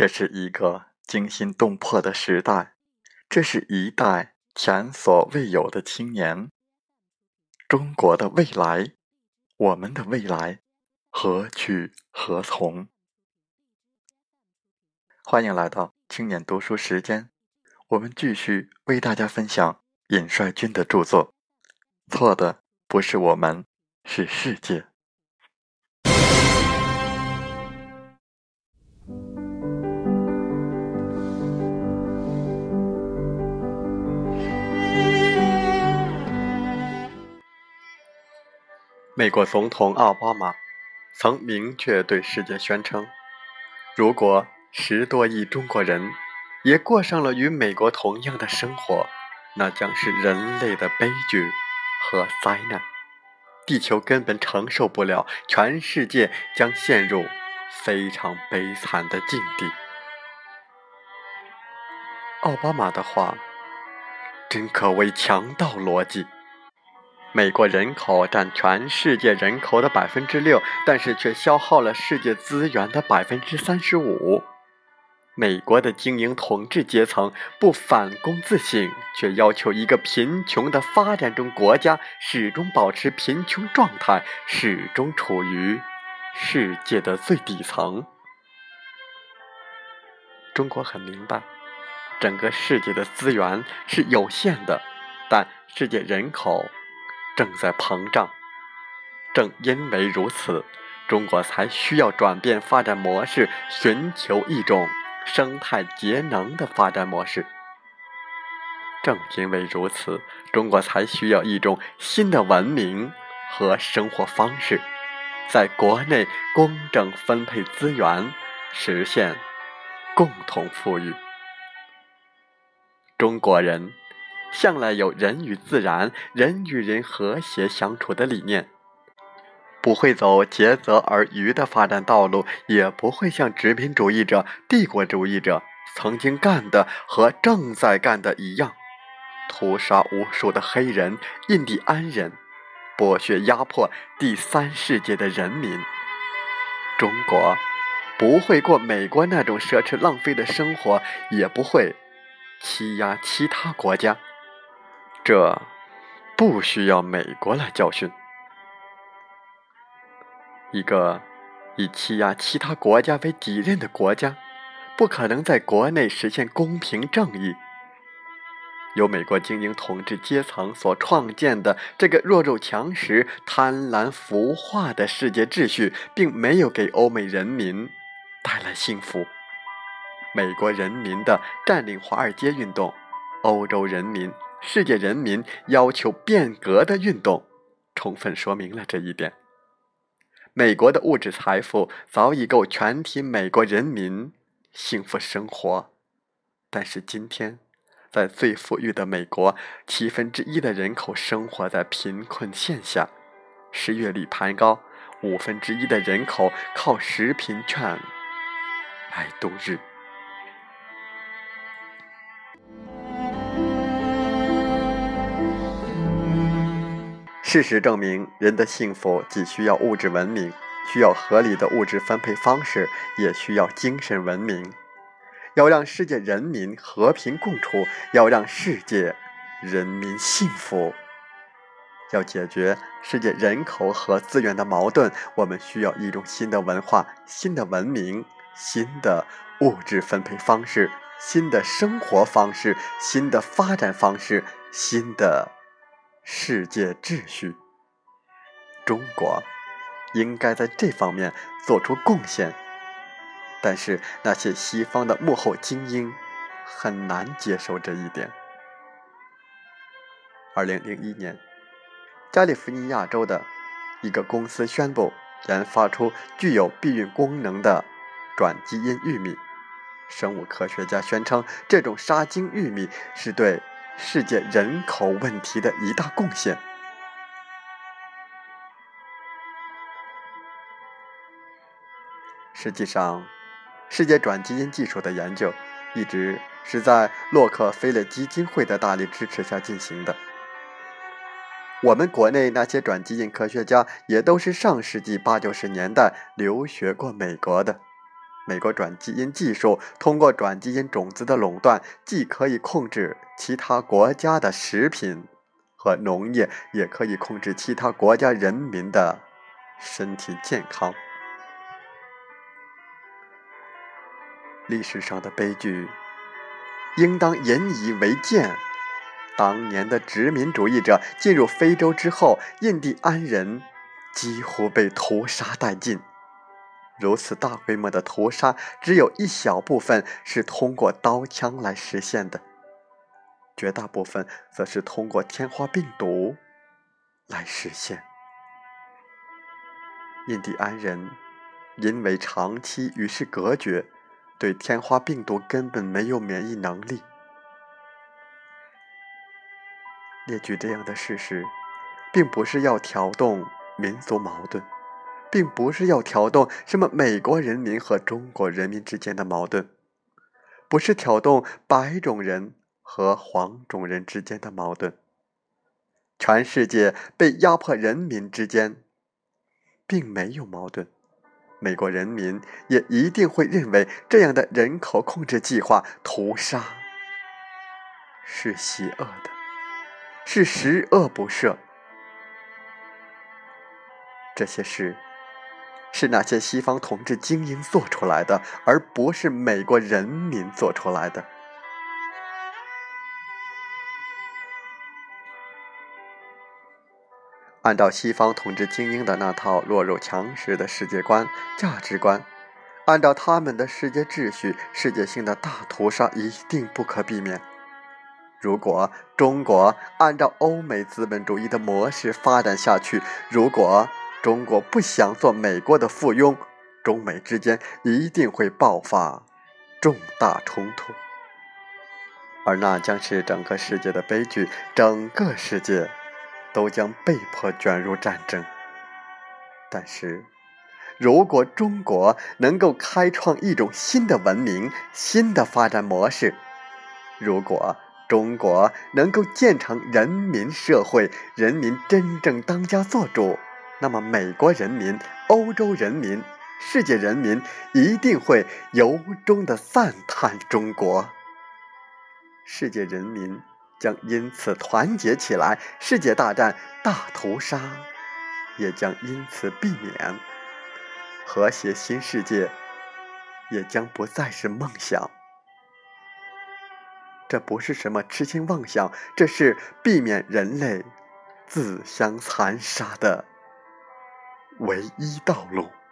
这是一个惊心动魄的时代，这是一代前所未有的青年。中国的未来，我们的未来，何去何从？欢迎来到青年读书时间，我们继续为大家分享尹帅君的著作。错的不是我们，是世界。美国总统奥巴马曾明确对世界宣称，如果10多亿中国人也过上了与美国同样的生活，那将是人类的悲剧和灾难，地球根本承受不了，全世界将陷入非常悲惨的境地。奥巴马的话真可谓强盗逻辑。美国人口占全世界人口的 6%， 但是却消耗了世界资源的 35%。美国的精英统治阶层不反躬自省，却要求一个贫穷的发展中国家始终保持贫穷状态，始终处于世界的最底层。中国很明白，整个世界的资源是有限的，但世界人口正在膨胀。正因为如此，中国才需要转变发展模式，寻求一种生态节能的发展模式。正因为如此，中国才需要一种新的文明和生活方式，在国内公正分配资源，实现共同富裕。中国人向来有人与自然、人与人和谐相处的理念，不会走竭泽而渔的发展道路，也不会像殖民主义者、帝国主义者曾经干的和正在干的一样，屠杀无数的黑人、印第安人，剥削压迫第三世界的人民。中国不会过美国那种奢侈浪费的生活，也不会欺压其他国家，这不需要美国来教训。一个以欺压其他国家为己任的国家，不可能在国内实现公平正义。由美国精英统治阶层所创建的这个弱肉强食、贪婪腐化的世界秩序，并没有给欧美人民带来幸福。美国人民的占领华尔街运动，欧洲人民、世界人民要求变革的运动，充分说明了这一点。美国的物质财富早已够全体美国人民幸福生活，但是今天，在最富裕的美国，1/7的人口生活在贫困线下，失业率攀高，1/5的人口靠食品券来度日。事实证明，人的幸福既需要物质文明，需要合理的物质分配方式，也需要精神文明。要让世界人民和平共处，要让世界人民幸福。要解决世界人口和资源的矛盾，我们需要一种新的文化、新的文明、新的物质分配方式、新的生活方式、新的发展方式、新的世界秩序。中国应该在这方面做出贡献，但是那些西方的幕后精英很难接受这一点。2001年，加利福尼亚州的一个公司宣布研发出具有避孕功能的转基因玉米。生物科学家宣称，这种杀精玉米是对世界人口问题的一大贡献。实际上，世界转基因技术的研究一直是在洛克菲勒基金会的大力支持下进行的。我们国内那些转基因科学家也都是上世纪80、90年代留学过美国的。 美国转基因技术通过转基因种子的垄断，既可以控制其他国家的食品和农业，也可以控制其他国家人民的身体健康。历史上的悲剧应当引以为鉴。当年的殖民主义者进入非洲之后，印第安人几乎被屠杀殆尽。如此大规模的屠杀，只有一小部分是通过刀枪来实现的，绝大部分则是通过天花病毒来实现。印第安人因为长期与世隔绝，对天花病毒根本没有免疫能力。列举这样的事实，并不是要挑动民族矛盾，并不是要挑动什么美国人民和中国人民之间的矛盾，不是挑动白种人和黄种人之间的矛盾。全世界被压迫人民之间并没有矛盾，美国人民也一定会认为这样的人口控制计划屠杀是邪恶的，是十恶不赦。这些事是那些西方统治精英做出来的，而不是美国人民做出来的。按照西方统治精英的那套弱肉强食的世界观、价值观，按照他们的世界秩序，世界性的大屠杀一定不可避免。如果中国按照欧美资本主义的模式发展下去，如果中国不想做美国的附庸，中美之间一定会爆发重大冲突，而那将是整个世界的悲剧，整个世界都将被迫卷入战争。但是，如果中国能够开创一种新的文明、新的发展模式，如果中国能够建成人民社会，人民真正当家作主，那么美国人民、欧洲人民、世界人民一定会由衷地赞叹中国。世界人民将因此团结起来，世界大战、大屠杀也将因此避免，和谐新世界也将不再是梦想。这不是什么痴心妄想，这是避免人类自相残杀的唯一道路。